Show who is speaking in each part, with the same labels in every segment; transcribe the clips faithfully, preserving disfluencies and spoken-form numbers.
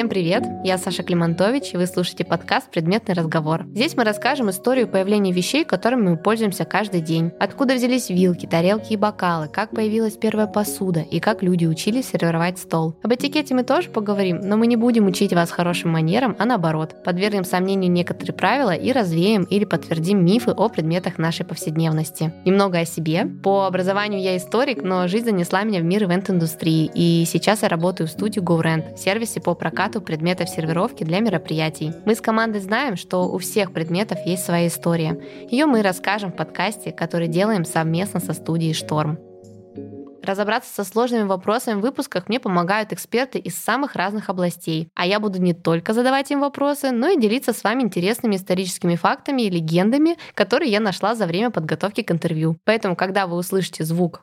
Speaker 1: Всем привет! Я Саша Климантович, и вы слушаете подкаст «Предметный разговор». Здесь мы расскажем историю появления вещей, которыми мы пользуемся каждый день. Откуда взялись вилки, тарелки и бокалы, как появилась первая посуда и как люди учились сервировать стол. Об этикете мы тоже поговорим, но мы не будем учить вас хорошим манерам, а наоборот, подвергнем сомнению некоторые правила и развеем или подтвердим мифы о предметах нашей повседневности. Немного о себе. По образованию я историк, но жизнь занесла меня в мир ивент-индустрии, и сейчас я работаю в студии GoRent, сервисе по прокату предметов сервировки для мероприятий. Мы с командой знаем, что у всех предметов есть своя история. Ее мы расскажем в подкасте, который делаем совместно со студией «Шторм». Разобраться со сложными вопросами в выпусках мне помогают эксперты из самых разных областей. А я буду не только задавать им вопросы, но и делиться с вами интересными историческими фактами и легендами, которые я нашла за время подготовки к интервью. Поэтому, когда вы услышите звук,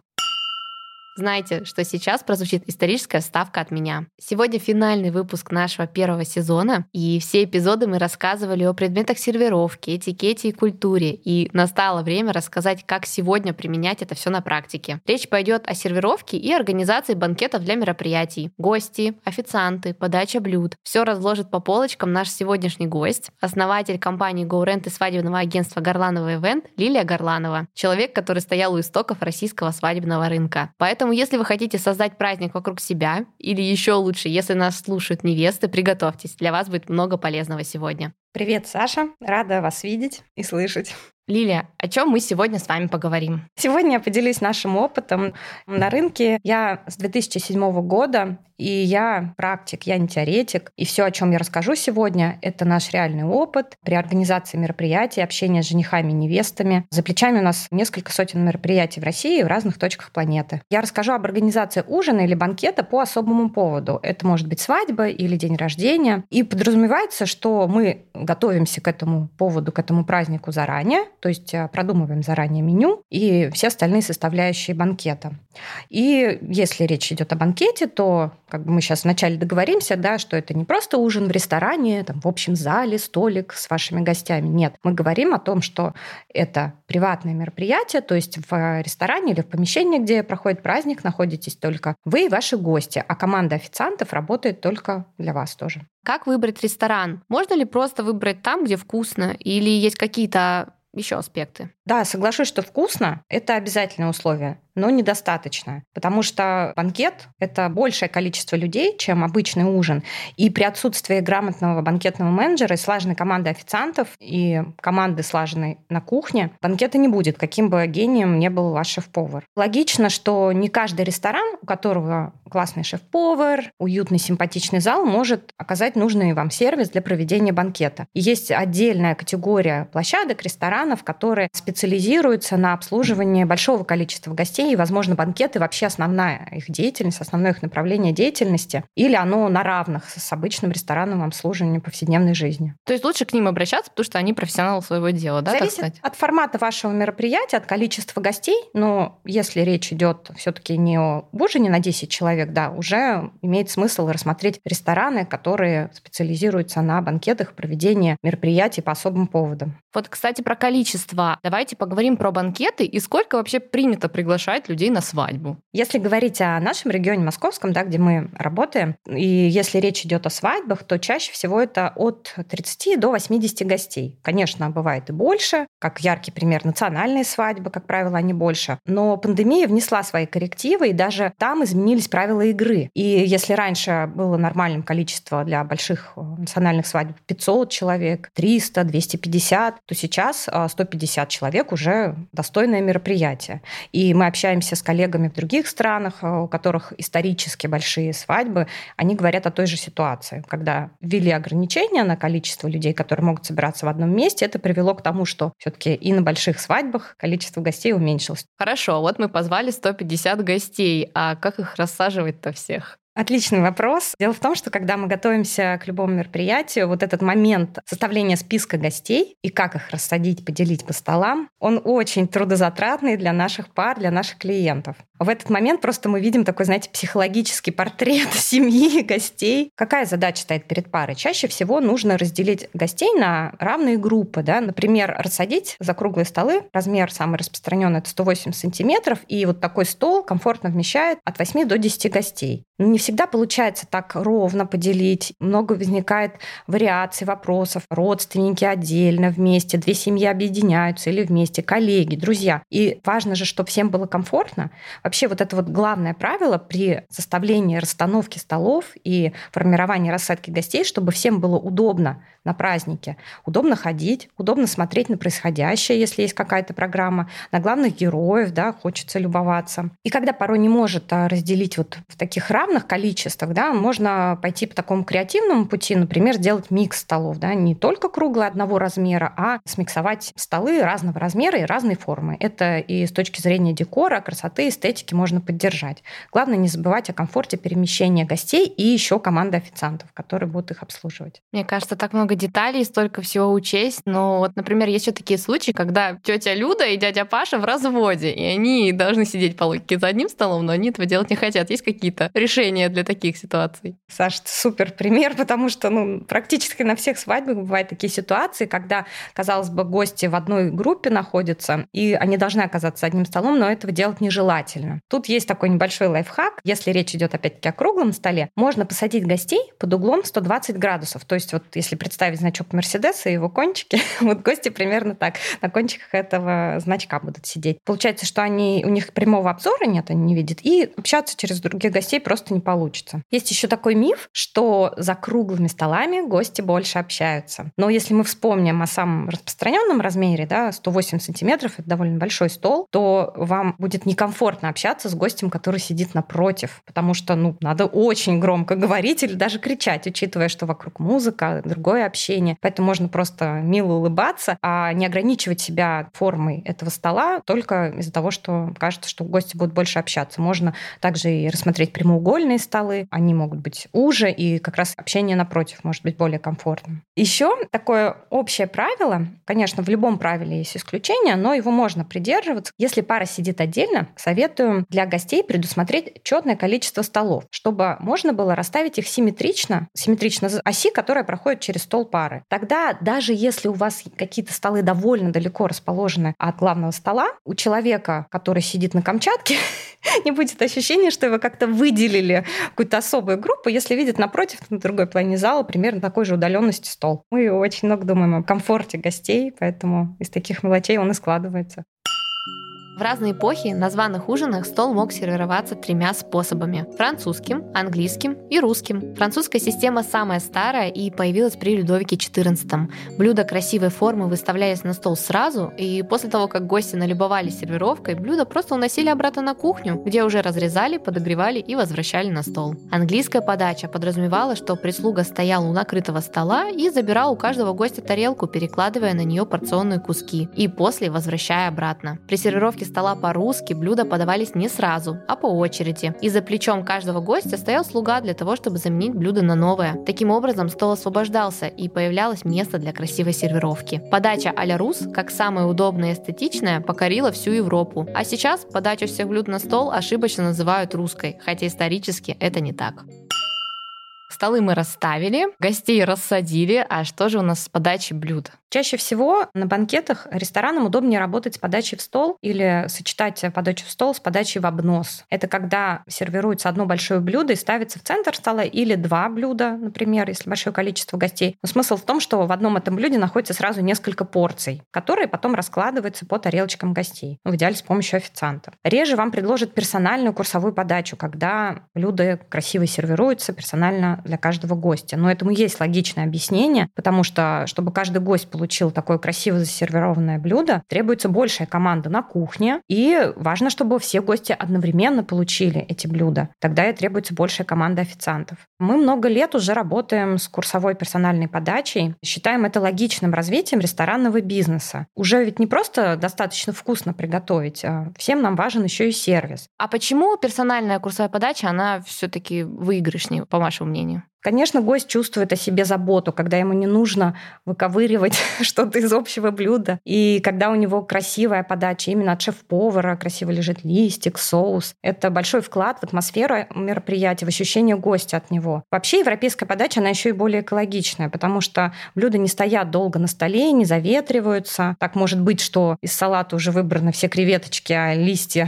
Speaker 1: знайте, что сейчас прозвучит историческая вставка от меня. Сегодня финальный выпуск нашего первого сезона, и все эпизоды мы рассказывали о предметах сервировки, этикете и культуре, и настало время рассказать, как сегодня применять это все на практике. Речь пойдет о сервировке и организации банкетов для мероприятий. Гости, официанты, подача блюд. Все разложит по полочкам наш сегодняшний гость, основатель компании GoRent и свадебного агентства Горланова Event Лилия Горланова, человек, который стоял у истоков российского свадебного рынка. Поэтому Поэтому, если вы хотите создать праздник вокруг себя, или еще лучше, если нас слушают невесты, приготовьтесь. Для вас будет много полезного сегодня.
Speaker 2: Привет, Саша. Рада вас видеть и слышать.
Speaker 1: Лилия, о чем мы сегодня с вами поговорим?
Speaker 2: Сегодня я поделюсь нашим опытом на рынке. Я с две тысячи седьмого года, и я практик, я не теоретик. И все, о чем я расскажу сегодня, это наш реальный опыт при организации мероприятий, общения с женихами и невестами. За плечами у нас несколько сотен мероприятий в России и в разных точках планеты. Я расскажу об организации ужина или банкета по особому поводу. Это может быть свадьба или день рождения. И подразумевается, что мы готовимся к этому поводу, к этому празднику заранее, то есть продумываем заранее меню и все остальные составляющие банкета. И если речь идет о банкете, то как бы мы сейчас вначале договоримся, да, что это не просто ужин в ресторане, там, в общем зале, столик с вашими гостями. Нет, мы говорим о том, что это приватное мероприятие, то есть в ресторане или в помещении, где проходит праздник, находитесь только вы и ваши гости, а команда официантов работает только для вас тоже.
Speaker 1: Как выбрать ресторан? Можно ли просто выбрать там, где вкусно, или есть какие-то еще аспекты?
Speaker 2: Да, соглашусь, что вкусно – это обязательное условие, но недостаточно, потому что банкет – это большее количество людей, чем обычный ужин. И при отсутствии грамотного банкетного менеджера и слаженной команды официантов и команды слаженной на кухне банкета не будет, каким бы гением ни был ваш шеф-повар. Логично, что не каждый ресторан, у которого классный шеф-повар, уютный, симпатичный зал, может оказать нужный вам сервис для проведения банкета. И есть отдельная категория площадок, ресторанов, которые специализируются на обслуживании большого количества гостей, и, возможно, банкеты вообще основная их деятельность, основное их направление деятельности, или оно на равных с обычным ресторанным обслуживанием повседневной жизни.
Speaker 1: То есть лучше к ним обращаться, потому что они профессионалы своего дела, да?
Speaker 2: Зависит так сказать? От формата вашего мероприятия, от количества гостей, но если речь идет все-таки не о ужине на десять человек, да, уже имеет смысл рассмотреть рестораны, которые специализируются на банкетах, проведении мероприятий по особым поводам.
Speaker 1: Вот, кстати, про количество. Давайте поговорим про банкеты и сколько вообще принято приглашать людей на свадьбу.
Speaker 2: Если говорить о нашем регионе московском, да, где мы работаем, и если речь идет о свадьбах, то чаще всего это от тридцати до восьмидесяти гостей. Конечно, бывает и больше, как яркий пример национальные свадьбы, как правило, они больше. Но пандемия внесла свои коррективы, и даже там изменились правила игры. И если раньше было нормальным количество для больших национальных свадеб пятьсот человек, триста, двести пятьдесят, то сейчас сто пятьдесят человек уже достойное мероприятие. И мы общаемся с коллегами в других странах, у которых исторически большие свадьбы, они говорят о той же ситуации. Когда ввели ограничения на количество людей, которые могут собираться в одном месте, это привело к тому, что все-таки и на больших свадьбах количество гостей уменьшилось.
Speaker 1: Хорошо, вот мы позвали сто пятьдесят гостей, а как их рассаживать-то всех?
Speaker 2: Отличный вопрос. Дело в том, что когда мы готовимся к любому мероприятию, вот этот момент составления списка гостей и как их рассадить, поделить по столам, он очень трудозатратный для наших пар, для наших клиентов. В этот момент просто мы видим такой, знаете, психологический портрет семьи, гостей. Какая задача стоит перед парой? Чаще всего нужно разделить гостей на равные группы. Да? Например, рассадить за круглые столы. Размер самый распространенный — это сто восемьдесят сантиметров. И вот такой стол комфортно вмещает от восьми до десяти гостей. Но не всегда получается так ровно поделить. Много возникает вариаций, вопросов. Родственники отдельно, вместе, две семьи объединяются или вместе, коллеги, друзья. И важно же, чтобы всем было комфортно. Вообще вот это вот главное правило при составлении расстановки столов и формировании рассадки гостей, чтобы всем было удобно на празднике. Удобно ходить, удобно смотреть на происходящее, если есть какая-то программа, на главных героев, да, хочется любоваться. И когда порой не может разделить вот в таких равных количествах, да, можно пойти по такому креативному пути, например, сделать микс столов, да, не только круглые одного размера, а смиксовать столы разного размера и разной формы. Это и с точки зрения декора, красоты, эстетики можно поддержать. Главное не забывать о комфорте перемещения гостей и еще команды официантов, которые будут их обслуживать.
Speaker 1: Мне кажется, так много деталей, столько всего учесть. Но вот, например, есть еще такие случаи, когда тетя Люда и дядя Паша в разводе, и они должны сидеть по логике за одним столом, но они этого делать не хотят. Есть какие-то решения для таких ситуаций?
Speaker 2: Саша, это супер пример, потому что ну, практически на всех свадьбах бывают такие ситуации, когда, казалось бы, гости в одной группе находятся, и они должны оказаться за одним столом, но этого делать нежелательно. Тут есть такой небольшой лайфхак. Если речь идет опять-таки о круглом столе, можно посадить гостей под углом сто двадцать градусов. То есть вот если представить значок Мерседеса и его кончики, вот гости примерно так на кончиках этого значка будут сидеть. Получается, что они, у них прямого обзора нет, они не видят, и общаться через других гостей просто не получится. Есть еще такой миф, что за круглыми столами гости больше общаются. Но если мы вспомним о самом распространенном размере, да, сто восемь сантиметров, это довольно большой стол, то вам будет некомфортно общаться с гостем, который сидит напротив, потому что ну, надо очень громко говорить или даже кричать, учитывая, что вокруг музыка, другое общение. Поэтому можно просто мило улыбаться, а не ограничивать себя формой этого стола только из-за того, что кажется, что гости будут больше общаться. Можно также и рассмотреть прямоугольные столы, они могут быть уже, и как раз общение напротив может быть более комфортным. Еще такое общее правило, конечно, в любом правиле есть исключения, но его можно придерживаться. Если пара сидит отдельно, советую для гостей предусмотреть четное количество столов, чтобы можно было расставить их симметрично, симметрично оси, которая проходит через стол пары. Тогда даже если у вас какие-то столы довольно далеко расположены от главного стола, у человека, который сидит на Камчатке, не будет ощущения, что его как-то выделили в какую-то особую группу, если видит напротив, на другой половине зала, примерно такой же удаленности стол. Мы очень много думаем о комфорте гостей, поэтому из таких мелочей он и складывается.
Speaker 1: В разные эпохи на званых ужинах стол мог сервироваться тремя способами – французским, английским и русским. Французская система самая старая и появилась при Людовике четырнадцатом. Блюда красивой формы выставлялись на стол сразу, и после того, как гости налюбовались сервировкой, блюда просто уносили обратно на кухню, где уже разрезали, подогревали и возвращали на стол. Английская подача подразумевала, что прислуга стояла у накрытого стола и забирала у каждого гостя тарелку, перекладывая на нее порционные куски, и после возвращая обратно. При сервировке стола по-русски блюда подавались не сразу, а по очереди. И за плечом каждого гостя стоял слуга для того, чтобы заменить блюдо на новое. Таким образом, стол освобождался, и появлялось место для красивой сервировки. Подача а-ля рус, как самая удобная и эстетичная, покорила всю Европу. А сейчас подачу всех блюд на стол ошибочно называют русской, хотя исторически это не так. Столы мы расставили, гостей рассадили, а что же у нас с подачей блюд?
Speaker 2: Чаще всего на банкетах ресторанам удобнее работать с подачей в стол или сочетать подачу в стол с подачей в обнос. Это когда сервируется одно большое блюдо и ставится в центр стола, или два блюда, например, если большое количество гостей. Но смысл в том, что в одном этом блюде находится сразу несколько порций, которые потом раскладываются по тарелочкам гостей, в идеале с помощью официанта. Реже вам предложат персональную курсовую подачу, когда блюда красиво сервируются персонально для каждого гостя. Но этому есть логичное объяснение, потому что, чтобы каждый гость получил такое красиво засервированное блюдо, требуется большая команда на кухне, и важно, чтобы все гости одновременно получили эти блюда. Тогда и требуется большая команда официантов. Мы много лет уже работаем с курсовой персональной подачей, считаем это логичным развитием ресторанного бизнеса. Уже ведь не просто достаточно вкусно приготовить, а всем нам важен еще и сервис.
Speaker 1: А почему персональная курсовая подача, она все-таки выигрышнее, по вашему мнению?
Speaker 2: Конечно, гость чувствует о себе заботу, когда ему не нужно выковыривать что-то из общего блюда. И когда у него красивая подача именно от шеф-повара, красиво лежит листик, соус. Это большой вклад в атмосферу мероприятия, в ощущение гостя от него. Вообще европейская подача, она еще и более экологичная, потому что блюда не стоят долго на столе, не заветриваются. Так может быть, что из салата уже выбраны все креветочки, а листья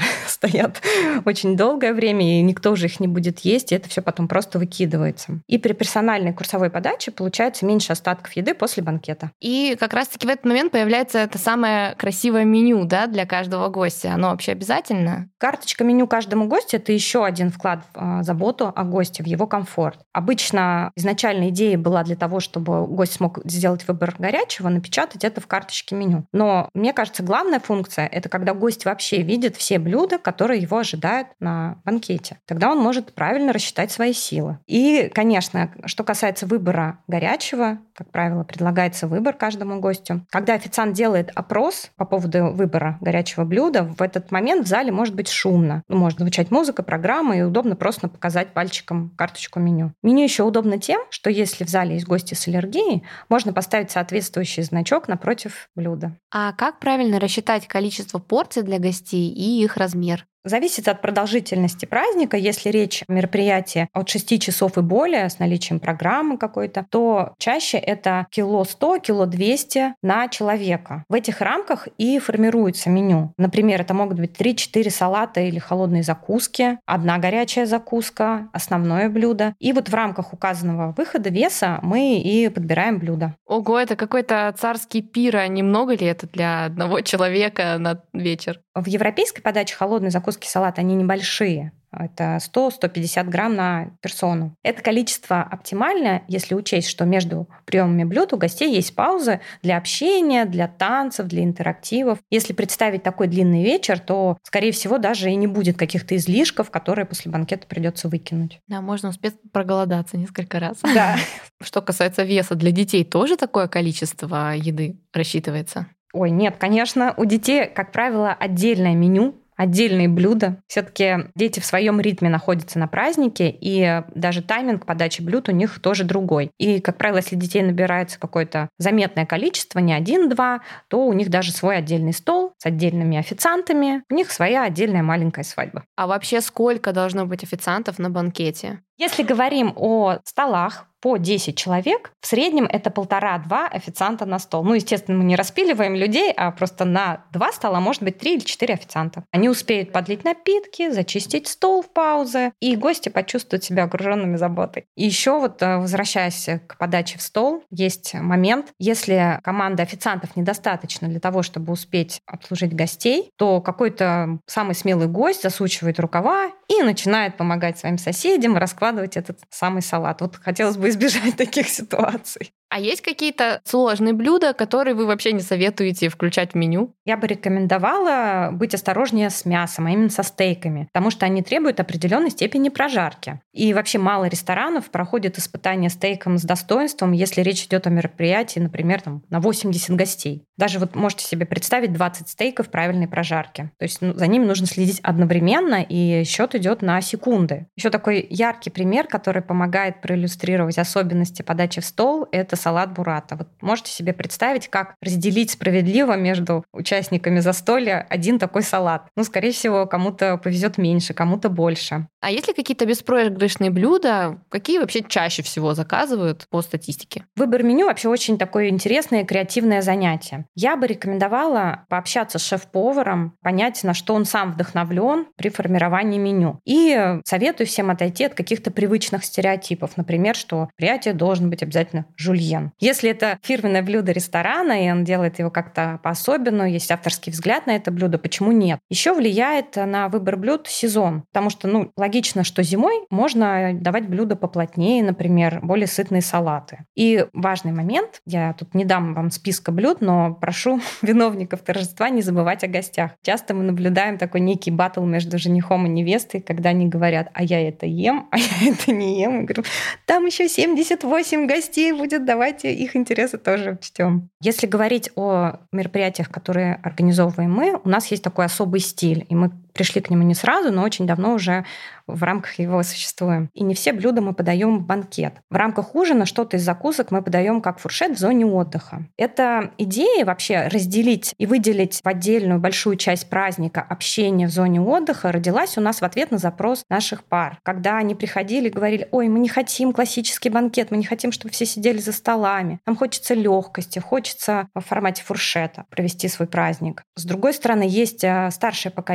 Speaker 2: стоят очень долгое время, и никто уже их не будет есть, и это все потом просто выкидывается. И при персональной курсовой подаче получается меньше остатков еды после банкета.
Speaker 1: И как раз-таки в этот момент появляется это самое красивое меню, да, для каждого гостя. Оно вообще обязательно?
Speaker 2: Карточка меню каждому гостю — это еще один вклад в заботу о госте, в его комфорт. Обычно изначально идея была для того, чтобы гость смог сделать выбор горячего, напечатать это в карточке меню. Но мне кажется, главная функция — это когда гость вообще видит все блюда, которые его ожидают на банкете. Тогда он может правильно рассчитать свои силы. И, конечно, что касается выбора горячего, как правило, предлагается выбор каждому гостю. Когда официант делает опрос по поводу выбора горячего блюда, в этот момент в зале может быть шумно. Ну, может звучать музыка, программа, и удобно просто показать пальчиком карточку меню. Меню еще удобно тем, что если в зале есть гости с аллергией, можно поставить соответствующий значок напротив блюда.
Speaker 1: А как правильно рассчитать количество порций для гостей и их размер?
Speaker 2: Зависит от продолжительности праздника. Если речь о мероприятии от шести часов и более с наличием программы какой-то, то чаще это кило сто, кило двести на человека. В этих рамках и формируется меню. Например, это могут быть три-четыре салата или холодные закуски, одна горячая закуска, основное блюдо. И вот в рамках указанного выхода веса мы и подбираем блюдо.
Speaker 1: Ого, это какой-то царский пир, а немного ли это для одного человека на вечер?
Speaker 2: В европейской подаче холодной закуски, салат, они небольшие. Это сто-сто пятьдесят грамм на персону. Это количество оптимальное, если учесть, что между приемами блюд у гостей есть паузы для общения, для танцев, для интерактивов. Если представить такой длинный вечер, то, скорее всего, даже и не будет каких-то излишков, которые после банкета придется выкинуть.
Speaker 1: Да, можно успеть проголодаться несколько раз.
Speaker 2: Да.
Speaker 1: Что касается веса, для детей тоже такое количество еды рассчитывается?
Speaker 2: Ой, нет, конечно, у детей, как правило, отдельное меню, отдельные блюда. Все-таки дети в своем ритме находятся на празднике, и даже тайминг подачи блюд у них тоже другой. И, как правило, если детей набирается какое-то заметное количество, не один-два, то у них даже свой отдельный стол с отдельными официантами, у них своя отдельная маленькая свадьба.
Speaker 1: А вообще сколько должно быть официантов на банкете?
Speaker 2: Если говорим о столах, по десять человек, в среднем это полтора-два официанта на стол. Ну, естественно, мы не распиливаем людей, а просто на два стола может быть три или четыре официанта. Они успеют подлить напитки, зачистить стол в паузе, и гости почувствуют себя окруженными заботой. И еще вот, возвращаясь к подаче в стол, есть момент, если команда официантов недостаточно для того, чтобы успеть обслужить гостей, то какой-то самый смелый гость засучивает рукава и начинает помогать своим соседям раскладывать этот самый салат. Вот хотелось бы избежать таких ситуаций.
Speaker 1: А есть какие-то сложные блюда, которые вы вообще не советуете включать в меню?
Speaker 2: Я бы рекомендовала быть осторожнее с мясом, а именно со стейками, потому что они требуют определенной степени прожарки. И вообще мало ресторанов проходит испытание стейком с достоинством, если речь идет о мероприятии, например, там, на восемьдесят гостей. Даже вот можете себе представить двадцать стейков правильной прожарки. То есть ну, за ними нужно следить одновременно, и счет идет на секунды. Еще такой яркий пример, который помогает проиллюстрировать особенности подачи в стол, это салат буррата. Вот можете себе представить, как разделить справедливо между участниками застолья один такой салат. Ну, скорее всего, кому-то повезет меньше, кому-то больше.
Speaker 1: А есть ли какие-то беспроигрышные блюда? Какие вообще чаще всего заказывают по статистике?
Speaker 2: Выбор меню вообще очень такое интересное, креативное занятие. Я бы рекомендовала пообщаться с шеф-поваром, понять, на что он сам вдохновлен при формировании меню. И советую всем отойти от каких-то привычных стереотипов. Например, что мероприятие должен быть обязательно жульен. Если это фирменное блюдо ресторана, и он делает его как-то по-особенному, есть авторский взгляд на это блюдо, почему нет? Еще влияет на выбор блюд сезон, потому что, ну, логично, что зимой можно давать блюда поплотнее, например, более сытные салаты. И важный момент, я тут не дам вам списка блюд, но прошу виновников торжества не забывать о гостях. Часто мы наблюдаем такой некий баттл между женихом и невестой, когда они говорят: а я это ем, а я это не ем. Я говорю: там еще семьдесят восемь гостей будет, давайте их интересы тоже учтем. Если говорить о мероприятиях, которые организовываем мы, у нас есть такой особый стиль, и мы пришли к нему не сразу, но очень давно уже в рамках его существуем. И не все блюда мы подаем в банкет. В рамках ужина что-то из закусок мы подаем как фуршет в зоне отдыха. Эта идея вообще разделить и выделить в отдельную большую часть праздника общение в зоне отдыха родилась у нас в ответ на запрос наших пар. Когда они приходили и говорили: ой, мы не хотим классический банкет, мы не хотим, чтобы все сидели за столами. Нам хочется легкости, хочется в формате фуршета провести свой праздник. С другой стороны, есть старшее поколение,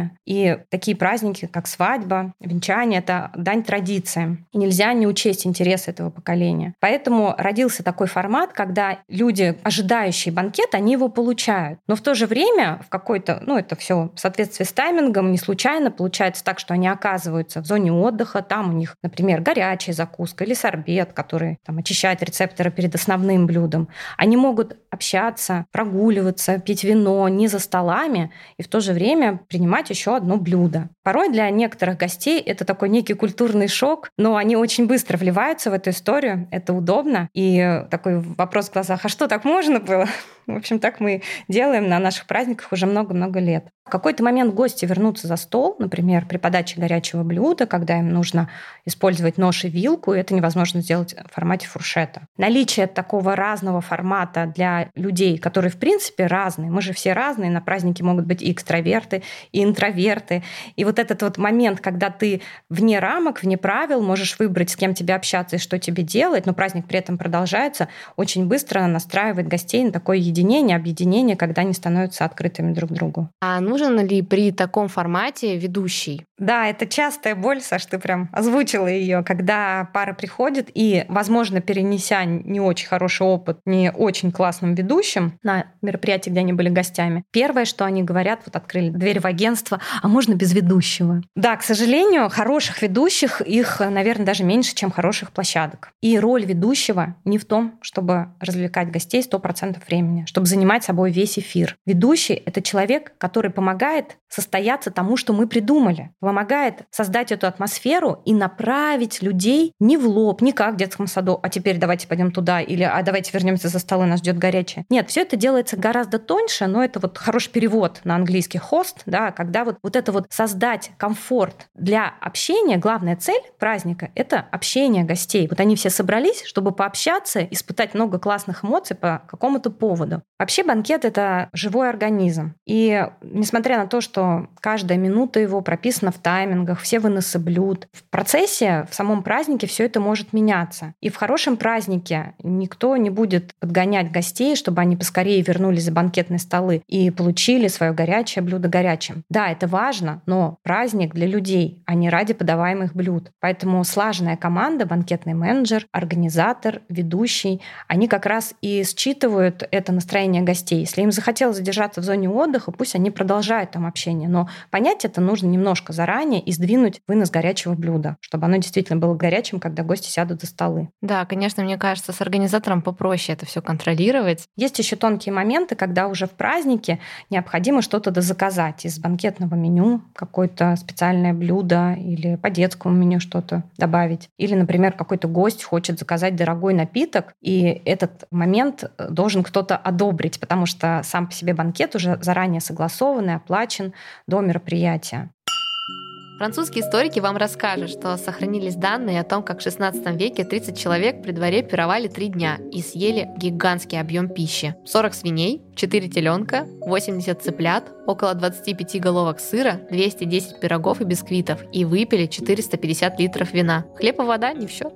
Speaker 2: поколения. И такие праздники, как свадьба, венчание — это дань традициям. И нельзя не учесть интересы этого поколения. Поэтому родился такой формат, когда люди, ожидающие банкет, они его получают. Но в то же время в какой-то, ну это все в соответствии с таймингом, не случайно получается так, что они оказываются в зоне отдыха, там у них, например, горячая закуска или сорбет, который там очищает рецепторы перед основным блюдом. Они могут общаться, прогуливаться, пить вино не за столами и в то же время принимать еще одно блюдо. Порой для некоторых гостей это такой некий культурный шок, но они очень быстро вливаются в эту историю, это удобно. И такой вопрос в глазах: а что, так можно было? В общем, так мы делаем на наших праздниках уже много-много лет. В какой-то момент гости вернутся за стол, например, при подаче горячего блюда, когда им нужно использовать нож и вилку, и это невозможно сделать в формате фуршета. Наличие такого разного формата для людей, которые в принципе разные, мы же все разные, на празднике могут быть и экстраверты, и интроверты. И вот этот вот момент, когда ты вне рамок, вне правил можешь выбрать, с кем тебе общаться и что тебе делать, но праздник при этом продолжается, очень быстро настраивает гостей на такое единение, объединение, когда они становятся открытыми друг к другу.
Speaker 1: А нужен ли при таком формате ведущий?
Speaker 2: Да, это частая боль, Саш, ты прям озвучила ее, когда пара приходит и, возможно, перенеся не очень хороший опыт, не очень классным ведущим на мероприятии, где они были гостями, первое, что они говорят, вот открыли дверь в агентство: а можно без ведущего? Да, к сожалению, хороших ведущих, их, наверное, даже меньше, чем хороших площадок. И роль ведущего не в том, чтобы развлекать гостей сто процентов времени, чтобы занимать собой весь эфир. Ведущий — это человек, который помогает состояться тому, что мы придумали, помогает создать эту атмосферу и направить людей не в лоб, не как в детском саду: а теперь давайте пойдем туда, или а давайте вернемся за столы, нас ждет горячее. Нет, все это делается гораздо тоньше, но это вот хороший перевод на английский хост, да, когда вот, вот это вот создать комфорт для общения. Главная цель праздника — это общение гостей. Вот они все собрались, чтобы пообщаться, испытать много классных эмоций по какому-то поводу. Вообще банкет — это живой организм. И несмотря на то, что каждая минута его прописана в таймингах, все выносы блюд, в процессе, в самом празднике все это может меняться. И в хорошем празднике никто не будет подгонять гостей, чтобы они поскорее вернулись за банкетные столы и получили свое горячее блюдо горячим. Да, это важно, но праздник для людей, а не ради подаваемых блюд. Поэтому слаженная команда, банкетный менеджер, организатор, ведущий, они как раз и считывают это настроение гостей. Если им захотелось задержаться в зоне отдыха, пусть они продолжают там общение, но понять это нужно немножко заранее и сдвинуть вынос горячего блюда, чтобы оно действительно было горячим, когда гости сядут за столы.
Speaker 1: Да, конечно, мне кажется, с организатором попроще это все контролировать.
Speaker 2: Есть еще тонкие моменты, когда уже в празднике необходимо что-то дозаказать из банкетного меню, какое-то специальное блюдо или по детскому меню что-то добавить. Или, например, какой-то гость хочет заказать дорогой напиток, и этот момент должен кто-то одобрить, потому что сам по себе банкет уже заранее согласованный, оплачен до мероприятия.
Speaker 1: Французские историки вам расскажут, что сохранились данные о том, как в шестнадцатом веке тридцать человек при дворе пировали три дня и съели гигантский объем пищи. сорок свиней, четыре теленка, восемьдесят цыплят, около двадцать пять головок сыра, двести десять пирогов и бисквитов и выпили четыреста пятьдесят литров вина. Хлеб и вода не в счет.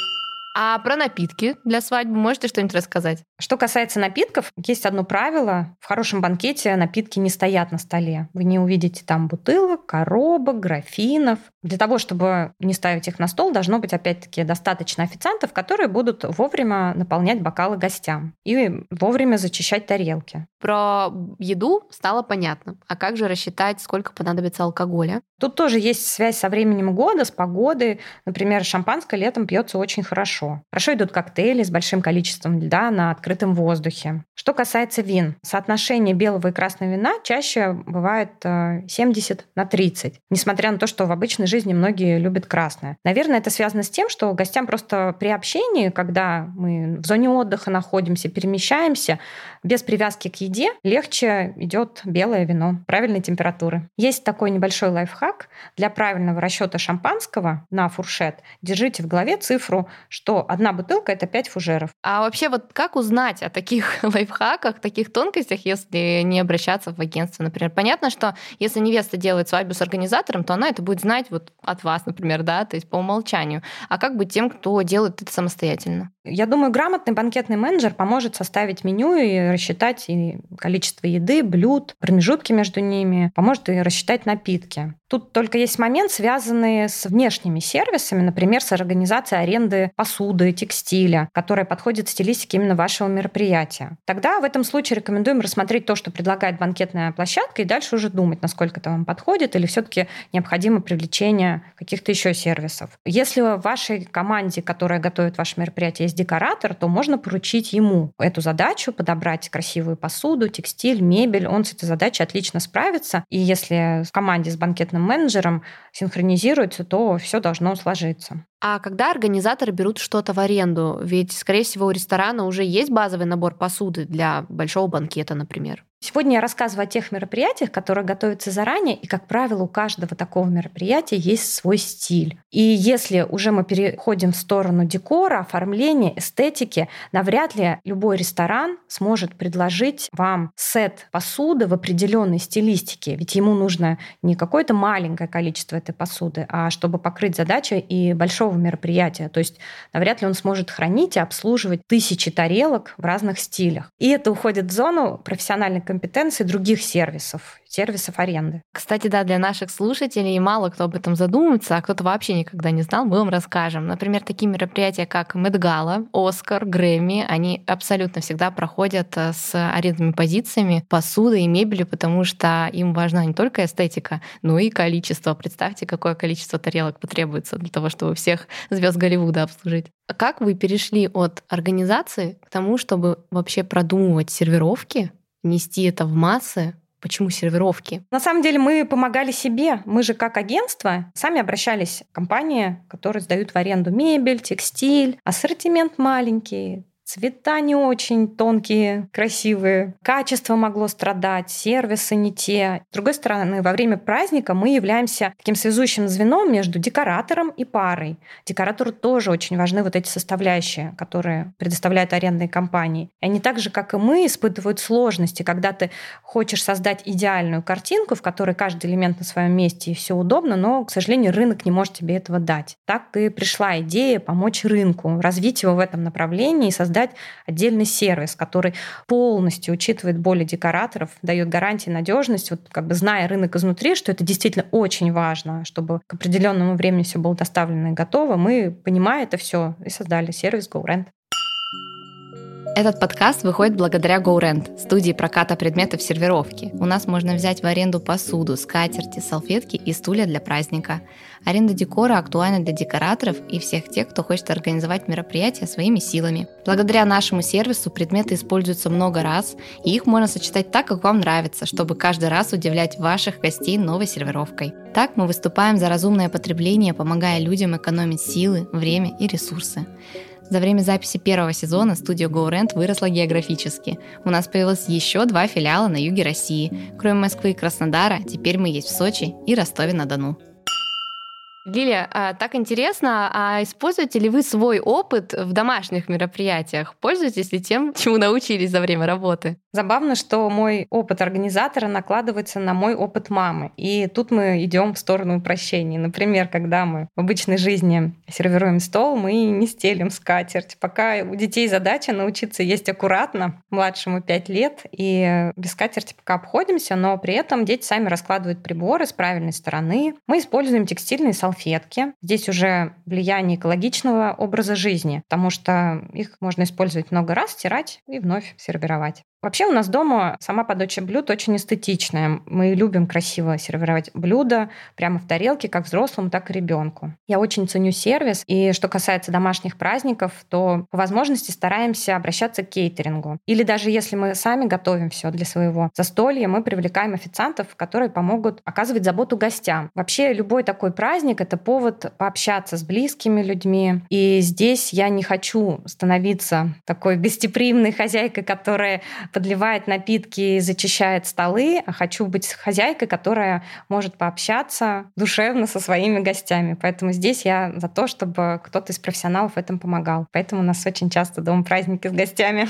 Speaker 1: А про напитки для свадьбы можете что-нибудь рассказать?
Speaker 2: Что касается напитков, есть одно правило. В хорошем банкете напитки не стоят на столе. Вы не увидите там бутылок, коробок, графинов. Для того, чтобы не ставить их на стол, должно быть, опять-таки, достаточно официантов, которые будут вовремя наполнять бокалы гостям и вовремя зачищать тарелки.
Speaker 1: Про еду стало понятно. А как же рассчитать, сколько понадобится алкоголя?
Speaker 2: Тут тоже есть связь со временем года, с погодой. Например, шампанское летом пьется очень хорошо. Хорошо идут коктейли с большим количеством льда на открытом воздухе. Что касается вин, соотношение белого и красного вина чаще бывает семьдесят на тридцать. Несмотря на то, что в обычной жизни многие любят красное. Наверное, это связано с тем, что гостям просто при общении, когда мы в зоне отдыха находимся, перемещаемся, без привязки к еде, легче идет белое вино правильной температуры. Есть такой небольшой лайфхак. Для правильного расчета шампанского на фуршет держите в голове цифру, что одна бутылка — это пять фужеров.
Speaker 1: А вообще вот как узнать о таких лайфхаках, таких тонкостях, если не обращаться в агентство, например? Понятно, что если невеста делает свадьбу с организатором, то она это будет знать вот вот от вас, например, да, то есть по умолчанию. А как быть тем, кто делает это самостоятельно?
Speaker 2: Я думаю, грамотный банкетный менеджер поможет составить меню и рассчитать и количество еды, блюд, промежутки между ними, поможет и рассчитать напитки. Тут только есть момент, связанный с внешними сервисами, например, с организацией аренды посуды, текстиля, которая подходит стилистике именно вашего мероприятия. Тогда в этом случае рекомендуем рассмотреть то, что предлагает банкетная площадка, и дальше уже думать, насколько это вам подходит, или все-таки необходимо привлечение каких-то еще сервисов. Если в вашей команде, которая готовит ваше мероприятие, есть декоратор, то можно поручить ему эту задачу, подобрать красивую посуду, текстиль, мебель. Он с этой задачей отлично справится. И если в команде с банкетным менеджером синхронизируется, то все должно сложиться.
Speaker 1: А когда организаторы берут что-то в аренду? Ведь, скорее всего, у ресторана уже есть базовый набор посуды для большого банкета, например.
Speaker 2: Сегодня я рассказываю о тех мероприятиях, которые готовятся заранее, и, как правило, у каждого такого мероприятия есть свой стиль. И если уже мы переходим в сторону декора, оформления, эстетики, навряд ли любой ресторан сможет предложить вам сет посуды в определенной стилистике, ведь ему нужно не какое-то маленькое количество этой посуды, а чтобы покрыть задачу и большого мероприятия. То есть навряд ли он сможет хранить и обслуживать тысячи тарелок в разных стилях. И это уходит в зону профессиональной компетенции других сервисов, сервисов аренды.
Speaker 1: Кстати, да, для наших слушателей мало кто об этом задумывается, а кто-то вообще никогда не знал, мы вам расскажем. Например, такие мероприятия, как Met Gala, Оскар, Грэмми, они абсолютно всегда проходят с арендными позициями посуды и мебели, потому что им важна не только эстетика, но и количество. Представьте, какое количество тарелок потребуется для того, чтобы всех звезд Голливуда обслужить. А как вы перешли от организации к тому, чтобы вообще продумывать сервировки, нести это в массы? Почему сервировки?
Speaker 2: На самом деле мы помогали себе. Мы же как агентство сами обращались в компании, которые сдают в аренду мебель, текстиль, ассортимент маленький, цвета не очень тонкие, красивые, качество могло страдать, сервисы не те. С другой стороны, во время праздника мы являемся таким связующим звеном между декоратором и парой. Декоратору тоже очень важны вот эти составляющие, которые предоставляют арендные компании. И они так же, как и мы, испытывают сложности, когда ты хочешь создать идеальную картинку, в которой каждый элемент на своем месте и все удобно, но, к сожалению, рынок не может тебе этого дать. Так и пришла идея помочь рынку, развить его в этом направлении и создать отдельный сервис, который полностью учитывает боли декораторов, дает гарантии, надежность, вот как бы зная рынок изнутри, что это действительно очень важно, чтобы к определенному времени все было доставлено и готово. Мы, понимая это все, и создали сервис GoRent.
Speaker 1: Этот подкаст выходит благодаря GoRent, студии проката предметов сервировки. У нас можно взять в аренду посуду, скатерти, салфетки и стулья для праздника. Аренда декора актуальна для декораторов и всех тех, кто хочет организовать мероприятие своими силами. Благодаря нашему сервису предметы используются много раз, и их можно сочетать так, как вам нравится, чтобы каждый раз удивлять ваших гостей новой сервировкой. Так мы выступаем за разумное потребление, помогая людям экономить силы, время и ресурсы. За время записи первого сезона студия GoRent выросла географически. У нас появилось еще два филиала на юге России. Кроме Москвы и Краснодара, теперь мы есть в Сочи и Ростове-на-Дону. Лилия, так интересно, а используете ли вы свой опыт в домашних мероприятиях? Пользуетесь ли тем, чему научились за время работы?
Speaker 2: Забавно, что мой опыт организатора накладывается на мой опыт мамы. И тут мы идем в сторону упрощений. Например, когда мы в обычной жизни сервируем стол, мы не стелим скатерть. Пока у детей задача научиться есть аккуратно, младшему пять лет, и без скатерти пока обходимся, но при этом дети сами раскладывают приборы с правильной стороны. Мы используем текстильные салфетки. Салфетки. Здесь уже влияние экологичного образа жизни, потому что их можно использовать много раз, стирать и вновь сервировать. Вообще у нас дома сама подача блюд очень эстетичная. Мы любим красиво сервировать блюда прямо в тарелке, как взрослому, так и ребенку. Я очень ценю сервис. И что касается домашних праздников, то по возможности стараемся обращаться к кейтерингу. Или даже если мы сами готовим все для своего застолья, мы привлекаем официантов, которые помогут оказывать заботу гостям. Вообще любой такой праздник — это повод пообщаться с близкими людьми. И здесь я не хочу становиться такой гостеприимной хозяйкой, которая подливает напитки и зачищает столы, а хочу быть хозяйкой, которая может пообщаться душевно со своими гостями. Поэтому здесь я за то, чтобы кто-то из профессионалов в этом помогал. Поэтому у нас очень часто дома праздники с гостями.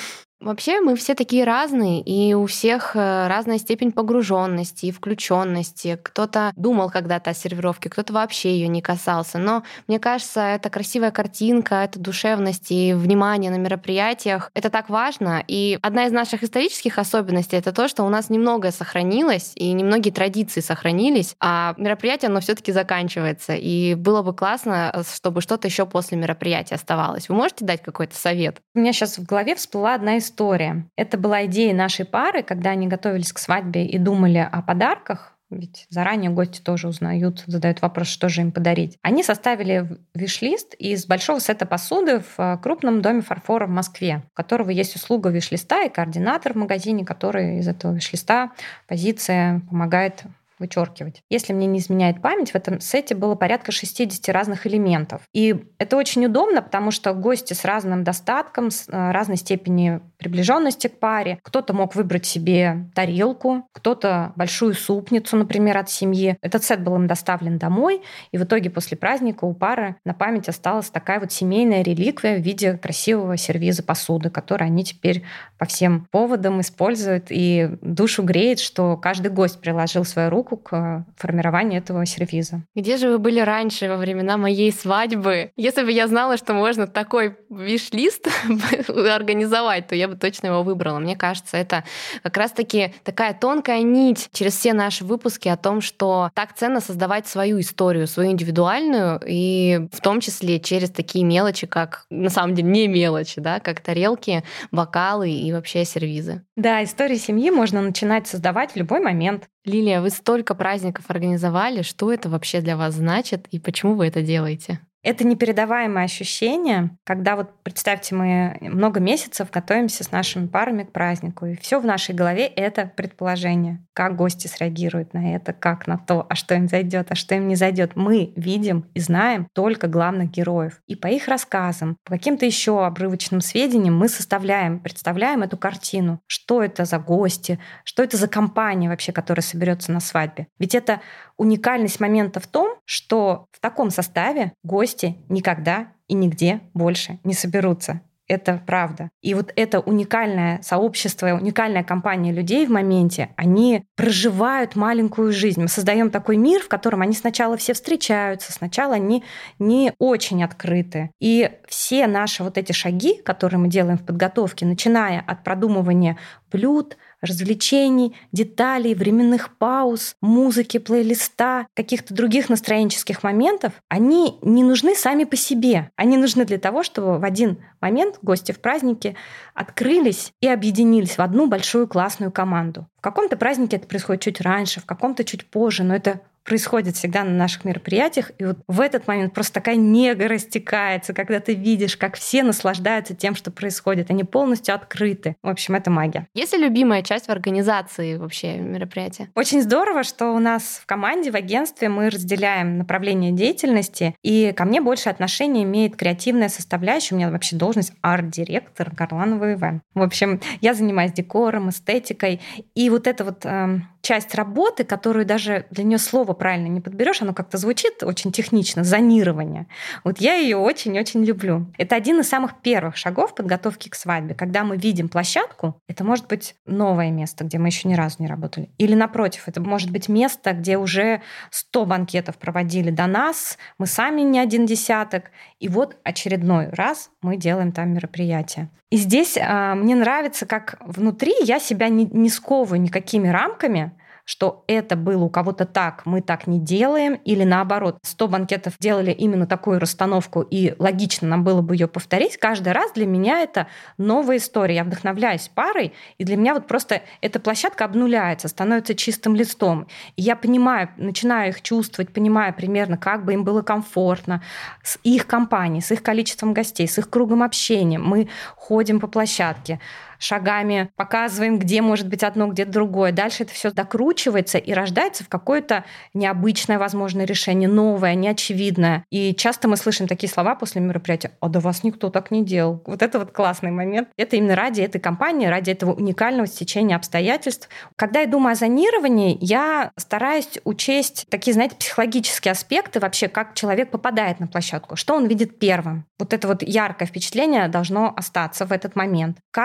Speaker 1: Вообще мы все такие разные, и у всех э, разная степень погруженности и включенности. Кто-то думал когда-то о сервировке, кто-то вообще ее не касался. Но мне кажется, это красивая картинка, это душевность и внимание на мероприятиях. Это так важно. И одна из наших исторических особенностей — это то, что у нас немногое сохранилось, и немногие традиции сохранились, а мероприятие, оно все-таки заканчивается. И было бы классно, чтобы что-то еще после мероприятия оставалось. Вы можете дать какой-то совет?
Speaker 2: У меня сейчас в голове всплыла одна история. История. Это была идея нашей пары, когда они готовились к свадьбе и думали о подарках, ведь заранее гости тоже узнают, задают вопрос, что же им подарить. Они составили виш-лист из большого сета посуды в крупном доме фарфора в Москве, у которого есть услуга виш-листа и координатор в магазине, который из этого виш-листа позиция помогает вычеркивать. Если мне не изменяет память, в этом сете было порядка шестьдесят разных элементов. И это очень удобно, потому что гости с разным достатком, с разной степенью приближенности к паре. Кто-то мог выбрать себе тарелку, кто-то большую супницу, например, от семьи. Этот сет был им доставлен домой, и в итоге после праздника у пары на память осталась такая вот семейная реликвия в виде красивого сервиза посуды, который они теперь по всем поводам используют, и душу греет, что каждый гость приложил свою руку к формированию этого сервиза.
Speaker 1: Где же вы были раньше, во времена моей свадьбы? Если бы я знала, что можно такой виш-лист организовать, то я бы точно его выбрала. Мне кажется, это как раз-таки такая тонкая нить через все наши выпуски о том, что так ценно создавать свою историю, свою индивидуальную, и в том числе через такие мелочи, как, на самом деле, не мелочи, да, как тарелки, бокалы и вообще сервизы.
Speaker 2: Да, истории семьи можно начинать создавать в любой момент.
Speaker 1: Лилия, вы столько праздников организовали. Что это вообще для вас значит и почему вы это делаете?
Speaker 2: Это непередаваемое ощущение, когда вот, представьте, мы много месяцев готовимся с нашими парами к празднику, и все в нашей голове — это предположение, как гости среагируют на это, как на то, а что им зайдет, а что им не зайдет. Мы видим и знаем только главных героев. И по их рассказам, по каким-то еще обрывочным сведениям мы составляем, представляем эту картину. Что это за гости, что это за компания вообще, которая соберется на свадьбе. Ведь это уникальность момента в том, что в таком составе гости никогда и нигде больше не соберутся. Это правда. И вот это уникальное сообщество, уникальная компания людей в моменте, они проживают маленькую жизнь. Мы создаем такой мир, в котором они сначала все встречаются, сначала они не очень открыты. И все наши вот эти шаги, которые мы делаем в подготовке, начиная от продумывания блюд, развлечений, деталей, временных пауз, музыки, плейлиста, каких-то других настроенческих моментов, они не нужны сами по себе. Они нужны для того, чтобы в один момент гости в празднике открылись и объединились в одну большую классную команду. В каком-то празднике это происходит чуть раньше, в каком-то чуть позже, но это происходит всегда на наших мероприятиях. И вот в этот момент просто такая нега растекается, когда ты видишь, как все наслаждаются тем, что происходит. Они полностью открыты. В общем, это магия.
Speaker 1: Есть ли любимая часть в организации вообще мероприятия?
Speaker 2: Очень здорово, что у нас в команде, в агентстве мы разделяем направление деятельности, и ко мне больше отношения имеет креативная составляющая. У меня вообще должность арт-директор Горланова ИВ. В общем, я занимаюсь декором, эстетикой. И вот эта вот э, часть работы, которую даже для нее слово правильно не подберешь, оно как-то звучит очень технично, зонирование. Вот я ее очень-очень люблю. Это один из самых первых шагов подготовки к свадьбе. Когда мы видим площадку, это может быть новое место, где мы еще ни разу не работали. Или напротив, это может быть место, где уже сто банкетов проводили до нас, мы сами не один десяток, и вот очередной раз мы делаем там мероприятие. И здесь а, мне нравится, как внутри я себя не, не сковываю никакими рамками, что это было у кого-то так, мы так не делаем, или наоборот, сто банкетов делали именно такую расстановку, и логично нам было бы ее повторить. Каждый раз для меня это новая история. Я вдохновляюсь парой, и для меня вот просто эта площадка обнуляется, становится чистым листом. И я понимаю, начинаю их чувствовать, понимаю примерно, как бы им было комфортно с их компанией, с их количеством гостей, с их кругом общения. Мы ходим по площадке, шагами показываем, где может быть одно, где другое. Дальше это все докручивается и рождается в какое-то необычное, возможно, решение, новое, неочевидное. И часто мы слышим такие слова после мероприятия: «А до вас никто так не делал». Вот это вот классный момент. Это именно ради этой компании, ради этого уникального стечения обстоятельств. Когда я думаю о зонировании, я стараюсь учесть такие, знаете, психологические аспекты вообще, как человек попадает на площадку, что он видит первым. Вот это вот яркое впечатление должно остаться в этот момент. Как расположить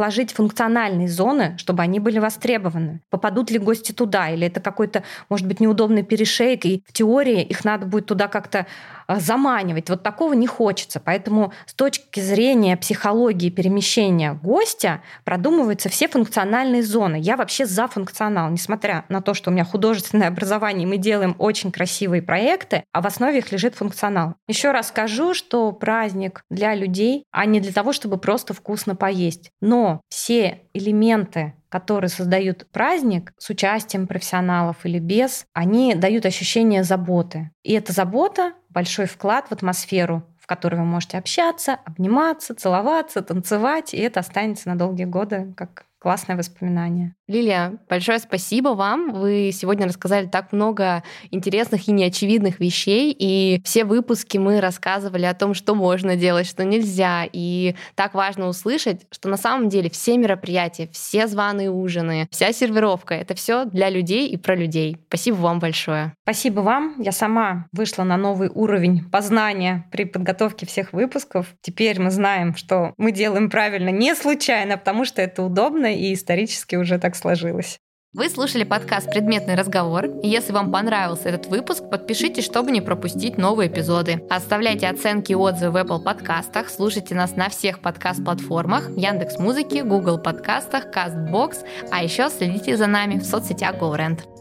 Speaker 2: расположить функциональные зоны, чтобы они были востребованы. Попадут ли гости туда, или это какой-то, может быть, неудобный перешейк, и в теории их надо будет туда как-то заманивать. Вот такого не хочется. Поэтому с точки зрения психологии перемещения гостя продумываются все функциональные зоны. Я вообще за функционал, несмотря на то, что у меня художественное образование, мы делаем очень красивые проекты, а в основе их лежит функционал. Еще раз скажу, что праздник для людей, а не для того, чтобы просто вкусно поесть. Но все элементы, которые создают праздник с участием профессионалов или без, они дают ощущение заботы. И эта забота — большой вклад в атмосферу, в которой вы можете общаться, обниматься, целоваться, танцевать, и это останется на долгие годы как классное воспоминание.
Speaker 1: Лилия, большое спасибо вам. Вы сегодня рассказали так много интересных и неочевидных вещей, и все выпуски мы рассказывали о том, что можно делать, что нельзя. И так важно услышать, что на самом деле все мероприятия, все званые ужины, вся сервировка — это все для людей и про людей. Спасибо вам большое.
Speaker 2: Спасибо вам. Я сама вышла на новый уровень познания при подготовке всех выпусков. Теперь мы знаем, что мы делаем правильно не случайно, потому что это удобно, и исторически уже так сложилось.
Speaker 1: Вы слушали подкаст «Предметный разговор». И если вам понравился этот выпуск, подпишитесь, чтобы не пропустить новые эпизоды. Оставляйте оценки и отзывы в Apple подкастах, слушайте нас на всех подкаст-платформах, Яндекс.Музыке, Google подкастах, Castbox, а еще следите за нами в соцсетях GoRent.